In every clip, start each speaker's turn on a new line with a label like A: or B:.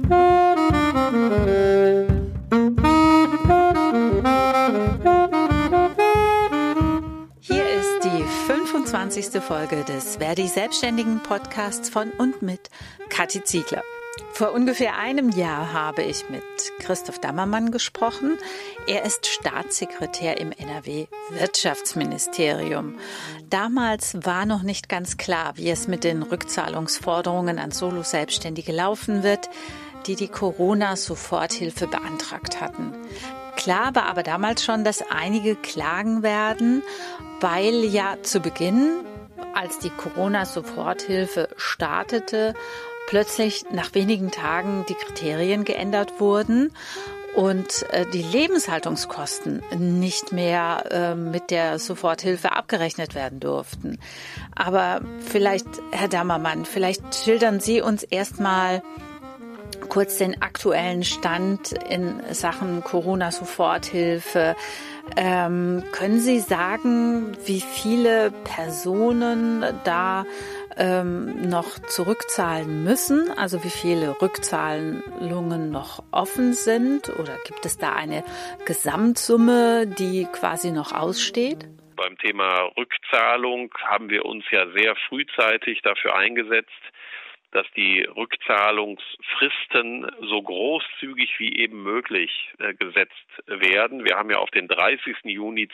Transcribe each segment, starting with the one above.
A: Hier ist die 25. Folge des Verdi Selbstständigen Podcasts von und mit Kathi Ziegler. Vor ungefähr einem Jahr habe ich mit Christoph Dammermann gesprochen. Er ist Staatssekretär im NRW-Wirtschaftsministerium. Damals war noch nicht ganz klar, wie es mit den Rückzahlungsforderungen an Solo-Selbstständige laufen wird, die Corona-Soforthilfe beantragt hatten. Klar war aber damals schon, dass einige klagen werden, weil ja zu Beginn, als die Corona-Soforthilfe startete, plötzlich nach wenigen Tagen die Kriterien geändert wurden und die Lebenshaltungskosten nicht mehr mit der Soforthilfe abgerechnet werden durften. Aber vielleicht, Herr Dammermann, vielleicht schildern Sie uns erstmal kurz den aktuellen Stand in Sachen Corona-Soforthilfe. Können Sie sagen, wie viele Personen da noch zurückzahlen müssen, also wie viele Rückzahlungen noch offen sind, oder gibt es da eine Gesamtsumme, die quasi noch aussteht?
B: Beim Thema Rückzahlung haben wir uns ja sehr frühzeitig dafür eingesetzt, dass die Rückzahlungsfristen so großzügig wie eben möglich gesetzt werden. Wir haben ja auf den 30. Juni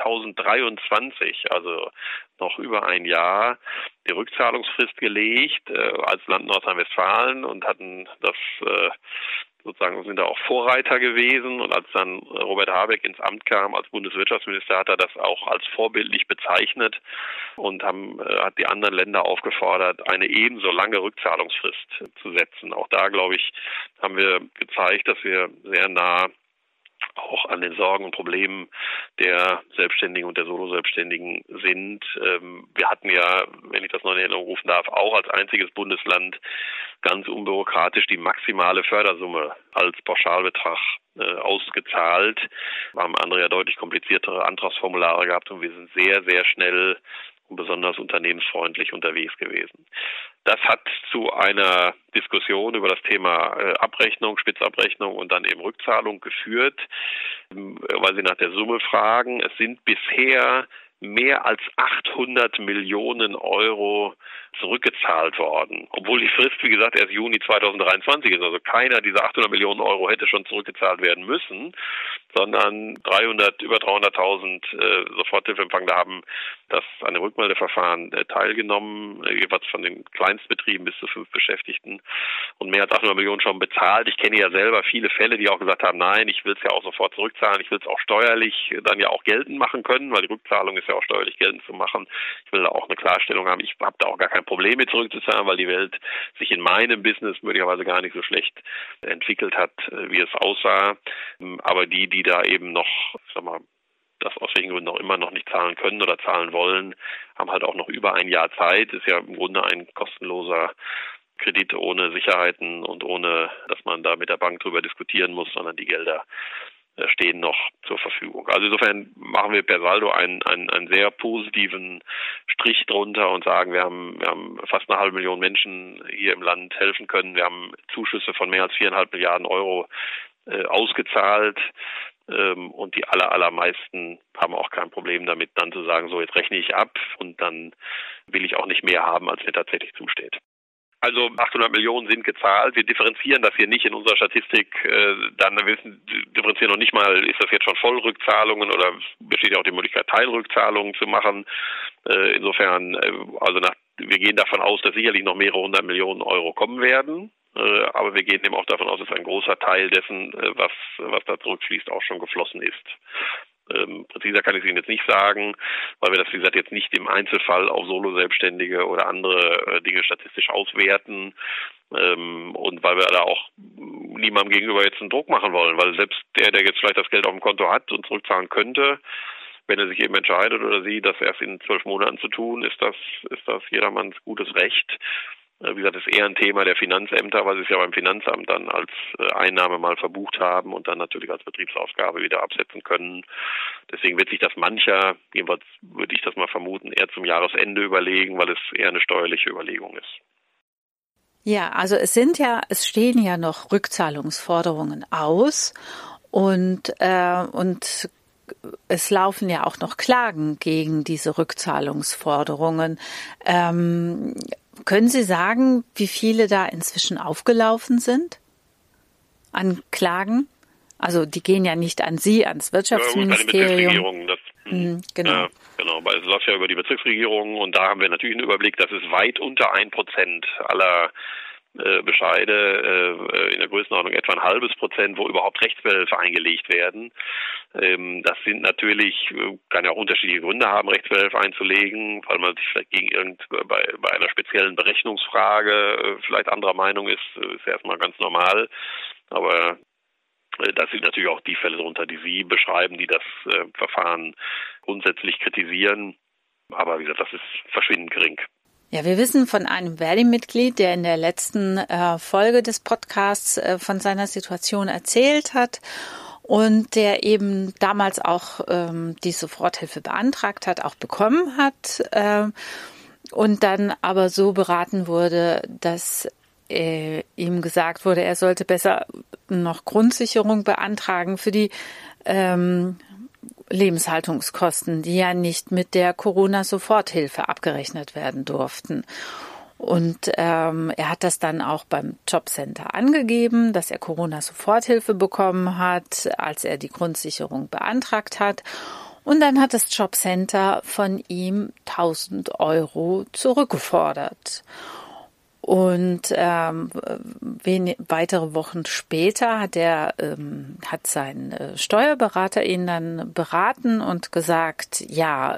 B: 2023, also noch über ein Jahr, die Rückzahlungsfrist gelegt als Land Nordrhein-Westfalen und hatten das sozusagen, sind da auch Vorreiter gewesen. Und als dann Robert Habeck ins Amt kam als Bundeswirtschaftsminister, hat er das auch als vorbildlich bezeichnet und hat die anderen Länder aufgefordert, eine ebenso lange Rückzahlungsfrist zu setzen. Auch da, glaube ich, haben wir gezeigt, dass wir sehr nah auch an den Sorgen und Problemen der Selbstständigen und der Solo-Selbstständigen sind. Wir hatten ja, wenn ich das noch in Erinnerung rufen darf, auch als einziges Bundesland ganz unbürokratisch die maximale Fördersumme als Pauschalbetrag ausgezahlt. Wir haben andere ja deutlich kompliziertere Antragsformulare gehabt und wir sind sehr, sehr schnell und besonders unternehmensfreundlich unterwegs gewesen. Das hat zu einer Diskussion über das Thema Abrechnung, Spitzabrechnung und dann eben Rückzahlung geführt, weil Sie nach der Summe fragen. Es sind bisher mehr als 800 Millionen Euro zurückgezahlt worden. Obwohl die Frist, wie gesagt, erst Juni 2023 ist. Also keiner dieser 800 Millionen Euro hätte schon zurückgezahlt werden müssen, sondern über 300.000 Soforthilfeempfänger haben das an dem Rückmeldeverfahren teilgenommen, jeweils von den Kleinstbetrieben bis zu 5 Beschäftigten und mehr als 800 Millionen schon bezahlt. Ich kenne ja selber viele Fälle, die auch gesagt haben, nein, ich will es ja auch sofort zurückzahlen, ich will es auch steuerlich dann ja auch geltend machen können, weil die Rückzahlung ist ja auch steuerlich geltend zu machen. Ich will da auch eine Klarstellung haben, ich habe da auch gar kein Problem mit zurückzuzahlen, weil die Welt sich in meinem Business möglicherweise gar nicht so schlecht entwickelt hat, wie es aussah. Aber die da eben noch, das aus welchen Gründen auch immer noch nicht zahlen können oder zahlen wollen, haben halt auch noch über ein Jahr Zeit. Ist ja im Grunde ein kostenloser Kredit ohne Sicherheiten und ohne, dass man da mit der Bank drüber diskutieren muss, sondern die Gelder stehen noch zur Verfügung. Also insofern machen wir per Saldo einen sehr positiven Strich drunter und sagen, wir haben fast 500.000 Menschen hier im Land helfen können. Wir haben Zuschüsse von mehr als 4,5 Milliarden Euro ausgezahlt. Und die allermeisten haben auch kein Problem damit, dann zu sagen, so jetzt rechne ich ab und dann will ich auch nicht mehr haben, als mir tatsächlich zusteht. Also 800 Millionen sind gezahlt. Wir differenzieren das hier nicht in unserer Statistik. Wir differenzieren noch nicht mal, ist das jetzt schon Vollrückzahlungen oder besteht ja auch die Möglichkeit, Teilrückzahlungen zu machen. Insofern, wir gehen davon aus, dass sicherlich noch mehrere 100 Millionen Euro kommen werden. Aber wir gehen eben auch davon aus, dass ein großer Teil dessen, was da zurückfließt, auch schon geflossen ist. Präziser kann ich Ihnen jetzt nicht sagen, weil wir das, wie gesagt, jetzt nicht im Einzelfall auf Solo-Selbstständige oder andere Dinge statistisch auswerten und weil wir da auch niemandem gegenüber jetzt einen Druck machen wollen, weil selbst der jetzt vielleicht das Geld auf dem Konto hat und zurückzahlen könnte, wenn er sich eben entscheidet oder sie, das erst in 12 Monaten zu tun, ist das jedermanns gutes Recht. Wie gesagt, das ist eher ein Thema der Finanzämter, weil sie es ja beim Finanzamt dann als Einnahme mal verbucht haben und dann natürlich als Betriebsausgabe wieder absetzen können. Deswegen wird sich das mancher, jedenfalls würde ich das mal vermuten, eher zum Jahresende überlegen, weil es eher eine steuerliche Überlegung ist.
A: Ja, also es stehen ja noch Rückzahlungsforderungen aus und es laufen ja auch noch Klagen gegen diese Rückzahlungsforderungen. Können Sie sagen, wie viele da inzwischen aufgelaufen sind an Klagen? Also die gehen ja nicht an Sie, ans Wirtschaftsministerium.
B: Genau. Genau, weil es läuft ja über die Bezirksregierung und da haben wir natürlich einen Überblick, das ist weit unter 1% aller Bescheide, in der Größenordnung etwa 0,5%, wo überhaupt Rechtsbehelfe eingelegt werden. Das sind natürlich, kann ja auch unterschiedliche Gründe haben, Rechtsbehelfe einzulegen, weil man sich vielleicht bei einer speziellen Berechnungsfrage vielleicht anderer Meinung ist erstmal ganz normal. Aber das sind natürlich auch die Fälle darunter, die Sie beschreiben, die das Verfahren grundsätzlich kritisieren. Aber wie gesagt, das ist verschwindend gering.
A: Ja, wir wissen von einem Verdi-Mitglied, der in der letzten Folge des Podcasts von seiner Situation erzählt hat und der eben damals auch die Soforthilfe beantragt hat, auch bekommen hat und dann aber so beraten wurde, dass ihm gesagt wurde, er sollte besser noch Grundsicherung beantragen für die Lebenshaltungskosten, die ja nicht mit der Corona-Soforthilfe abgerechnet werden durften. Und er hat das dann auch beim Jobcenter angegeben, dass er Corona-Soforthilfe bekommen hat, als er die Grundsicherung beantragt hat. Und dann hat das Jobcenter von ihm 1.000 € zurückgefordert. Und weitere Wochen später hat sein Steuerberater ihn dann beraten und gesagt, ja,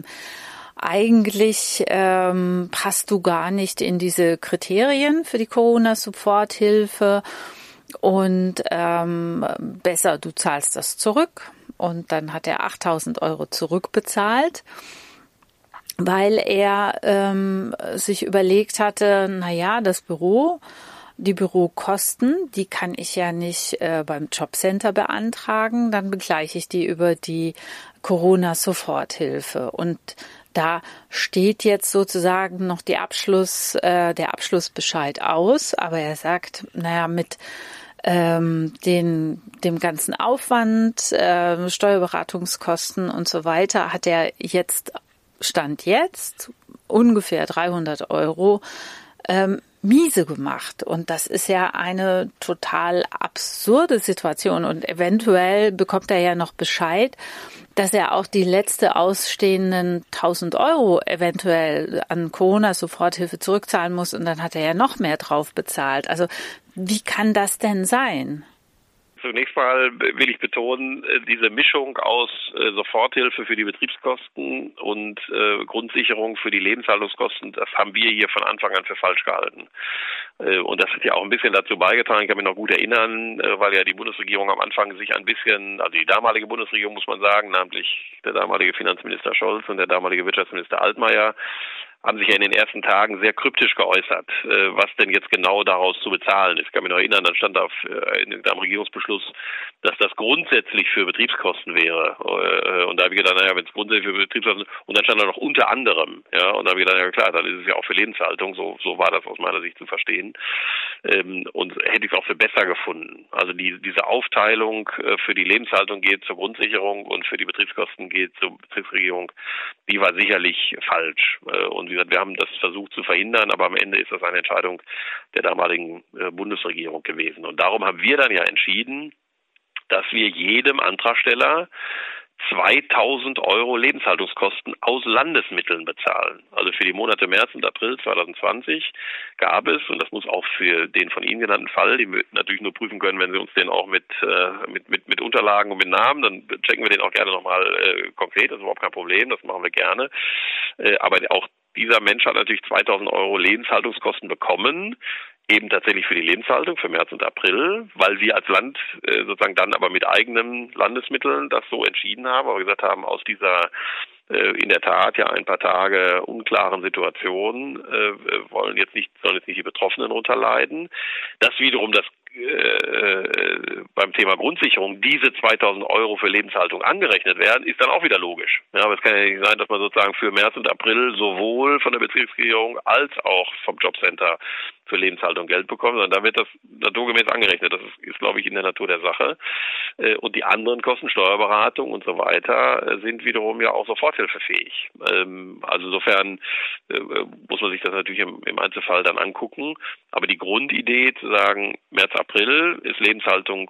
A: eigentlich passt du gar nicht in diese Kriterien für die Corona-Soforthilfe und besser, du zahlst das zurück. Und dann hat er 8.000 € zurückbezahlt, weil er sich überlegt hatte, die Bürokosten, die kann ich ja nicht beim Jobcenter beantragen, dann begleiche ich die über die Corona-Soforthilfe. Und da steht jetzt sozusagen noch der Abschlussbescheid aus, aber er sagt, mit dem ganzen Aufwand, Steuerberatungskosten und so weiter, hat er Stand jetzt ungefähr 300 € miese gemacht. Und das ist ja eine total absurde Situation. Und eventuell bekommt er ja noch Bescheid, dass er auch die letzte ausstehenden 1.000 € eventuell an Corona-Soforthilfe zurückzahlen muss. Und dann hat er ja noch mehr drauf bezahlt. Also wie kann das denn sein?
B: Zunächst mal will ich betonen, diese Mischung aus Soforthilfe für die Betriebskosten und Grundsicherung für die Lebenshaltungskosten, das haben wir hier von Anfang an für falsch gehalten. Und das hat ja auch ein bisschen dazu beigetragen, ich kann mich noch gut erinnern, weil ja die Bundesregierung am Anfang sich ein bisschen, also die damalige Bundesregierung muss man sagen, namentlich der damalige Finanzminister Scholz und der damalige Wirtschaftsminister Altmaier, haben sich ja in den ersten Tagen sehr kryptisch geäußert, was denn jetzt genau daraus zu bezahlen ist. Ich kann mich noch erinnern, dann stand da in einem Regierungsbeschluss, dass das grundsätzlich für Betriebskosten wäre. Und da habe ich gedacht, wenn es grundsätzlich für Betriebskosten, und dann stand da noch unter anderem, ja, und da habe ich gedacht, ja klar, dann ist es ja auch für Lebenshaltung, so war das aus meiner Sicht zu verstehen. Und hätte ich es auch für besser gefunden. Also diese Aufteilung für die Lebenshaltung geht zur Grundsicherung und für die Betriebskosten geht zur Betriebsregierung, die war sicherlich falsch. Und wie gesagt, wir haben das versucht zu verhindern, aber am Ende ist das eine Entscheidung der damaligen Bundesregierung gewesen. Und darum haben wir dann ja entschieden, dass wir jedem Antragsteller 2.000 € Lebenshaltungskosten aus Landesmitteln bezahlen. Also für die Monate März und April 2020 gab es, und das muss auch für den von Ihnen genannten Fall, den wir natürlich nur prüfen können, wenn Sie uns den auch mit Unterlagen und mit Namen, dann checken wir den auch gerne nochmal konkret, das ist überhaupt kein Problem, das machen wir gerne. Aber auch dieser Mensch hat natürlich 2.000 € Lebenshaltungskosten bekommen, eben tatsächlich für die Lebenshaltung für März und April, weil wir als Land sozusagen dann aber mit eigenen Landesmitteln das so entschieden haben, aber gesagt haben, aus dieser in der Tat ja ein paar Tage unklaren Situation sollen jetzt nicht die Betroffenen runterleiden. Das wiederum beim Thema Grundsicherung diese 2.000 € für Lebenshaltung angerechnet werden, ist dann auch wieder logisch. Ja, aber es kann ja nicht sein, dass man sozusagen für März und April sowohl von der Betriebsregierung als auch vom Jobcenter für Lebenshaltung Geld bekommen, sondern da wird das naturgemäß angerechnet. Das ist, glaube ich, in der Natur der Sache. Und die anderen Kosten, Steuerberatung und so weiter, sind wiederum ja auch soforthilfefähig. Also insofern muss man sich das natürlich im Einzelfall dann angucken. Aber die Grundidee zu sagen, März, April ist Lebenshaltung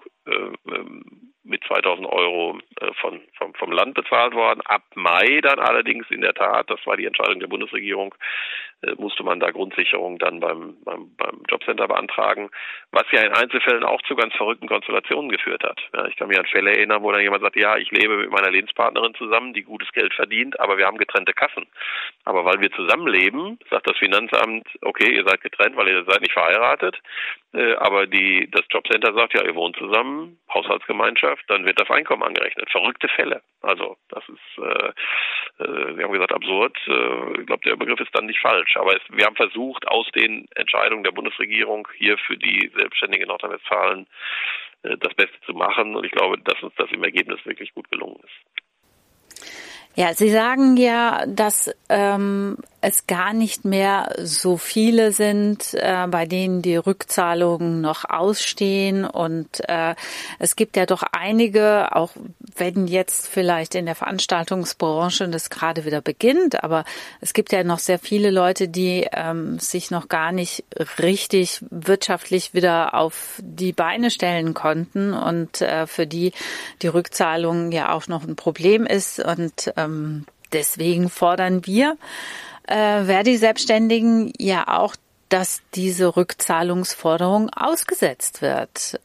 B: mit 2.000 Euro vom Land bezahlt worden. Ab Mai dann allerdings in der Tat, das war die Entscheidung der Bundesregierung, musste man da Grundsicherung dann beim Jobcenter beantragen, was ja in Einzelfällen auch zu ganz verrückten Konstellationen geführt hat. Ja, ich kann mich an Fälle erinnern, wo dann jemand sagt, ja, ich lebe mit meiner Lebenspartnerin zusammen, die gutes Geld verdient, aber wir haben getrennte Kassen. Aber weil wir zusammenleben, sagt das Finanzamt, okay, ihr seid getrennt, weil ihr seid nicht verheiratet, aber das Jobcenter sagt, ja, ihr wohnt zusammen, Haushaltsgemeinschaft, dann wird das Einkommen angerechnet. Verrückte Fälle. Also das ist, Sie haben gesagt, absurd. Ich glaube, der Begriff ist dann nicht falsch. Aber wir haben versucht, aus den Entscheidungen der Bundesregierung hier für die Selbstständigen in Nordrhein-Westfalen das Beste zu machen. Und ich glaube, dass uns das im Ergebnis wirklich gut gelungen ist.
A: Ja, Sie sagen ja, dass es gar nicht mehr so viele sind, bei denen die Rückzahlungen noch ausstehen. Und es gibt ja doch einige, auch wenn jetzt vielleicht in der Veranstaltungsbranche das gerade wieder beginnt, aber es gibt ja noch sehr viele Leute, die sich noch gar nicht richtig wirtschaftlich wieder auf die Beine stellen konnten und für die Rückzahlung ja auch noch ein Problem ist. Und deswegen fordern wir Verdi-Selbstständigen ja auch, dass diese Rückzahlungsforderung ausgesetzt wird.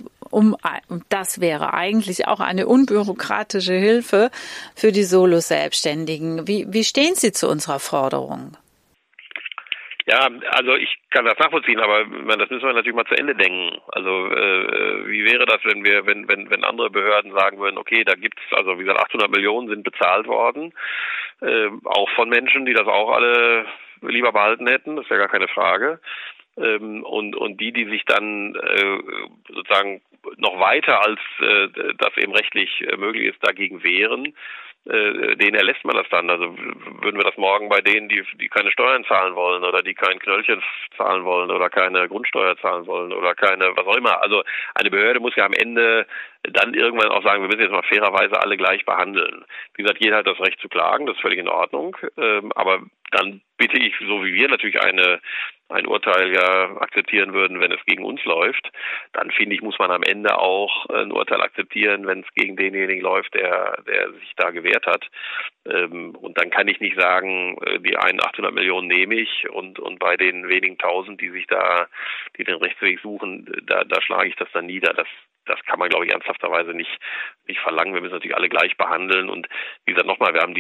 A: Das wäre eigentlich auch eine unbürokratische Hilfe für die Solo-Selbstständigen. Wie stehen Sie zu unserer Forderung?
B: Ja, also ich kann das nachvollziehen, aber das müssen wir natürlich mal zu Ende denken. Also wie wäre das, wenn andere Behörden sagen würden, okay, da gibt's, also wie gesagt, 800 Millionen sind bezahlt worden, auch von Menschen, die das auch alle lieber behalten hätten, das ist ja gar keine Frage. Und die sich dann sozusagen noch weiter als das eben rechtlich möglich ist, dagegen wehren, denen erlässt man das dann. Also würden wir das morgen bei denen, die keine Steuern zahlen wollen oder die kein Knöllchen zahlen wollen oder keine Grundsteuer zahlen wollen oder keine, was auch immer. Also eine Behörde muss ja am Ende dann irgendwann auch sagen, wir müssen jetzt mal fairerweise alle gleich behandeln. Wie gesagt, jeder hat das Recht zu klagen, das ist völlig in Ordnung. Aber dann bitte ich, so wie wir natürlich ein Urteil ja akzeptieren würden, wenn es gegen uns läuft, dann finde ich, muss man am Ende auch ein Urteil akzeptieren, wenn es gegen denjenigen läuft, der sich da gewehrt hat. Und dann kann ich nicht sagen, die einen 800 Millionen nehme ich und bei den wenigen Tausend, die den Rechtsweg suchen, da schlage ich das dann nieder. Das kann man, glaube ich, ernsthafterweise nicht verlangen. Wir müssen natürlich alle gleich behandeln. Und wie gesagt, nochmal, wir haben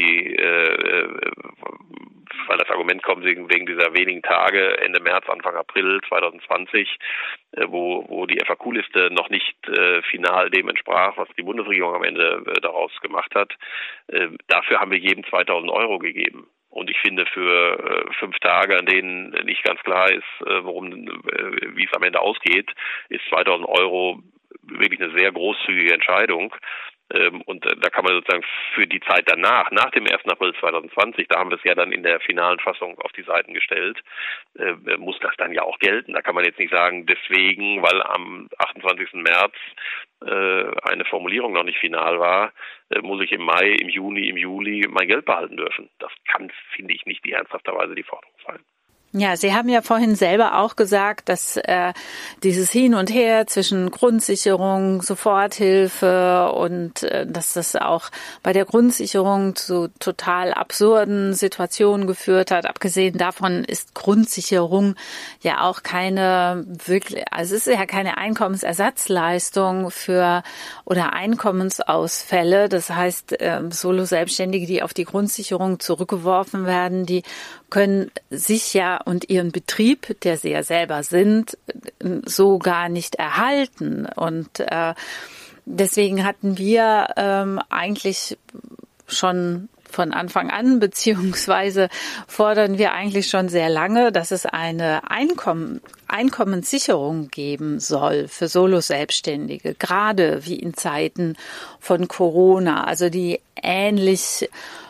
B: weil das Argument kommt wegen dieser wenigen Tage, Ende März, Anfang April 2020, wo die FAQ-Liste noch nicht final dem entsprach, was die Bundesregierung am Ende daraus gemacht hat. Dafür haben wir jedem 2.000 Euro gegeben. Und ich finde, für 5 Tage, an denen nicht ganz klar ist, wie es am Ende ausgeht, ist 2.000 Euro wirklich eine sehr großzügige Entscheidung. Und da kann man sozusagen für die Zeit danach, nach dem 1. April 2020, da haben wir es ja dann in der finalen Fassung auf die Seiten gestellt, muss das dann ja auch gelten. Da kann man jetzt nicht sagen, deswegen, weil am 28. März eine Formulierung noch nicht final war, muss ich im Mai, im Juni, im Juli mein Geld behalten dürfen. Das kann, finde ich, nicht ernsthafterweise die Forderung sein.
A: Ja, Sie haben ja vorhin selber auch gesagt, dass dieses Hin und Her zwischen Grundsicherung, Soforthilfe und dass das auch bei der Grundsicherung zu total absurden Situationen geführt hat. Abgesehen davon ist Grundsicherung ja auch keine es ist ja keine Einkommensersatzleistung oder Einkommensausfälle. Das heißt, Solo-Selbstständige, die auf die Grundsicherung zurückgeworfen werden, die können sich ja und ihren Betrieb, der sie ja selber sind, so gar nicht erhalten. Und deswegen hatten wir eigentlich schon von Anfang an, beziehungsweise fordern wir eigentlich schon sehr lange, dass es eine Einkommenssicherung geben soll für Solo-Selbstständige, gerade wie in Zeiten von Corona, also die ähnlich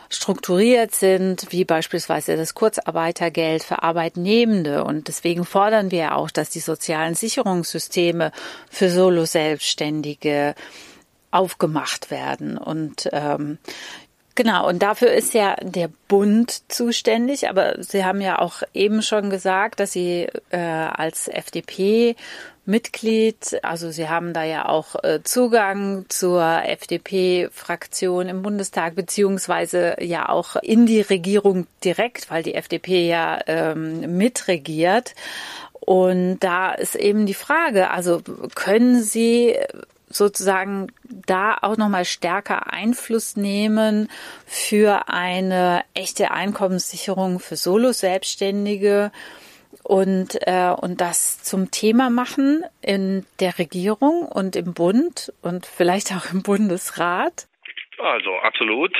A: strukturiert sind, wie beispielsweise das Kurzarbeitergeld für Arbeitnehmende. Und deswegen fordern wir auch, dass die sozialen Sicherungssysteme für Solo-Selbstständige aufgemacht werden. Und genau, und dafür ist ja der Bund zuständig, aber Sie haben ja auch eben schon gesagt, dass Sie als FDP-Mitglied, also Sie haben da ja auch Zugang zur FDP-Fraktion im Bundestag, beziehungsweise ja auch in die Regierung direkt, weil die FDP ja mitregiert. Und da ist eben die Frage, also können Sie sozusagen da auch nochmal stärker Einfluss nehmen für eine echte Einkommenssicherung für Solo-Selbstständige und das zum Thema machen in der Regierung und im Bund und vielleicht auch im Bundesrat?
B: Also absolut.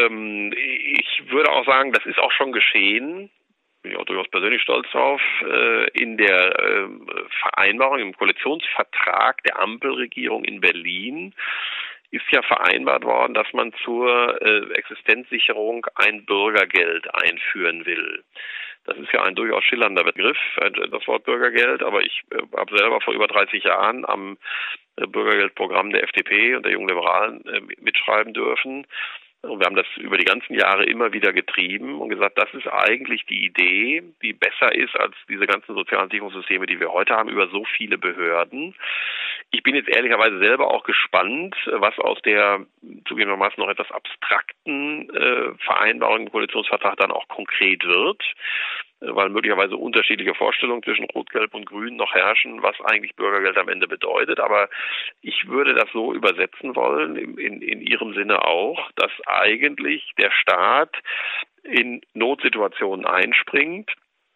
B: Ich würde auch sagen, das ist auch schon geschehen. Bin ich auch durchaus persönlich stolz drauf, in der Vereinbarung, im Koalitionsvertrag der Ampelregierung in Berlin ist ja vereinbart worden, dass man zur Existenzsicherung ein Bürgergeld einführen will. Das ist ja ein durchaus schillernder Begriff, das Wort Bürgergeld, aber ich habe selber vor über 30 Jahren am Bürgergeldprogramm der FDP und der Jungen Liberalen mitschreiben dürfen. Und wir haben das über die ganzen Jahre immer wieder getrieben und gesagt, das ist eigentlich die Idee, die besser ist als diese ganzen sozialen Sicherungssysteme, die wir heute haben, über so viele Behörden. Ich bin jetzt ehrlicherweise selber auch gespannt, was aus der zugegebenermaßen noch etwas abstrakten Vereinbarung im Koalitionsvertrag dann auch konkret wird, weil möglicherweise unterschiedliche Vorstellungen zwischen Rot, Gelb und Grün noch herrschen, was eigentlich Bürgergeld am Ende bedeutet. Aber ich würde das so übersetzen wollen, in Ihrem Sinne auch, dass eigentlich der Staat in Notsituationen einspringt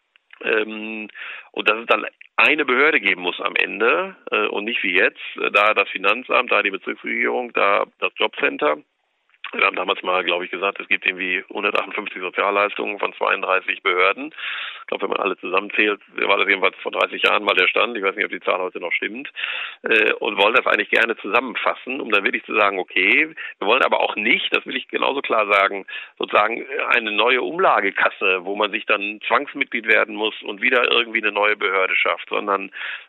B: und dass es dann eine Behörde geben muss am Ende und nicht wie jetzt, da das Finanzamt, da die Bezirksregierung, da das Jobcenter. Wir haben damals mal, glaube ich, gesagt, es gibt irgendwie 158 Sozialleistungen von 32 Behörden. Ich glaube, wenn man alle zusammenzählt, war das jedenfalls vor 30 Jahren mal der Stand. Ich weiß nicht, ob die Zahl heute noch stimmt. Und wollen das eigentlich gerne zusammenfassen, um dann wirklich zu sagen, okay, wir wollen aber auch nicht, das will ich genauso klar sagen, sozusagen eine neue Umlagekasse, wo man sich dann Zwangsmitglied werden muss und wieder irgendwie eine neue Behörde schafft, sondern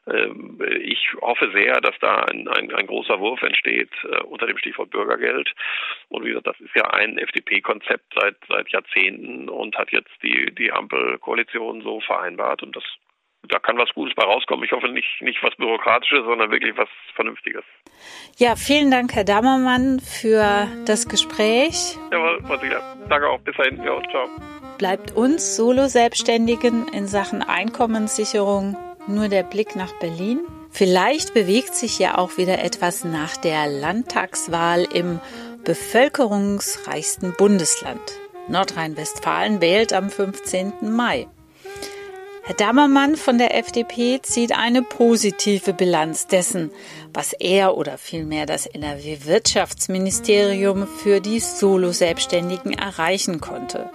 B: ich hoffe sehr, dass da ein großer Wurf entsteht unter dem Stichwort Bürgergeld. Und wie gesagt, das ist ja ein FDP-Konzept seit Jahrzehnten und hat jetzt die Ampelkoalition so vereinbart. Und da kann was Gutes bei rauskommen. Ich hoffe nicht was Bürokratisches, sondern wirklich was Vernünftiges.
A: Ja, vielen Dank, Herr Dammermann, für das Gespräch.
B: Jawohl, Frau Ziegler. Danke auch. Bis dahin. Ja, ciao.
A: Bleibt uns Solo-Selbstständigen in Sachen Einkommenssicherung nur der Blick nach Berlin? Vielleicht bewegt sich ja auch wieder etwas nach der Landtagswahl im bevölkerungsreichsten Bundesland. Nordrhein-Westfalen wählt am 15. Mai. Herr Dammermann von der FDP zieht eine positive Bilanz dessen, was er oder vielmehr das NRW-Wirtschaftsministerium für die Solo-Selbstständigen erreichen konnte.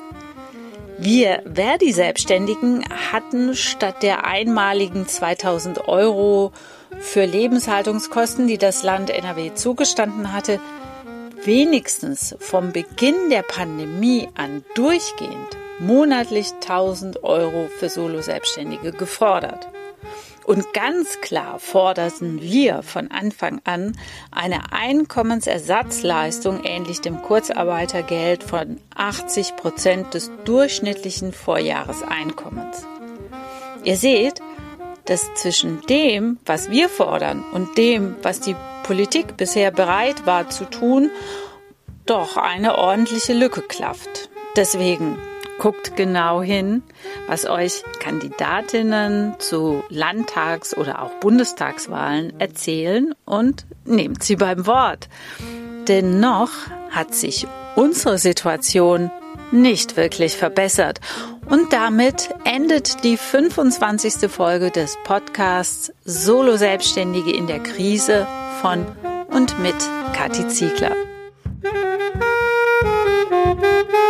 A: Wir Verdi-Selbstständigen hatten statt der einmaligen 2.000 € für Lebenshaltungskosten, die das Land NRW zugestanden hatte, wenigstens vom Beginn der Pandemie an durchgehend monatlich 1.000 € für Solo-Selbstständige gefordert. Und ganz klar forderten wir von Anfang an eine Einkommensersatzleistung ähnlich dem Kurzarbeitergeld von 80% des durchschnittlichen Vorjahreseinkommens. Ihr seht, dass zwischen dem, was wir fordern und dem, was die Politik bisher bereit war zu tun, doch eine ordentliche Lücke klafft. Deswegen guckt genau hin, was euch Kandidatinnen zu Landtags- oder auch Bundestagswahlen erzählen und nehmt sie beim Wort. Denn noch hat sich unsere Situation nicht wirklich verbessert. Und damit endet die 25. Folge des Podcasts Solo-Selbstständige in der Krise von und mit Kathi Ziegler.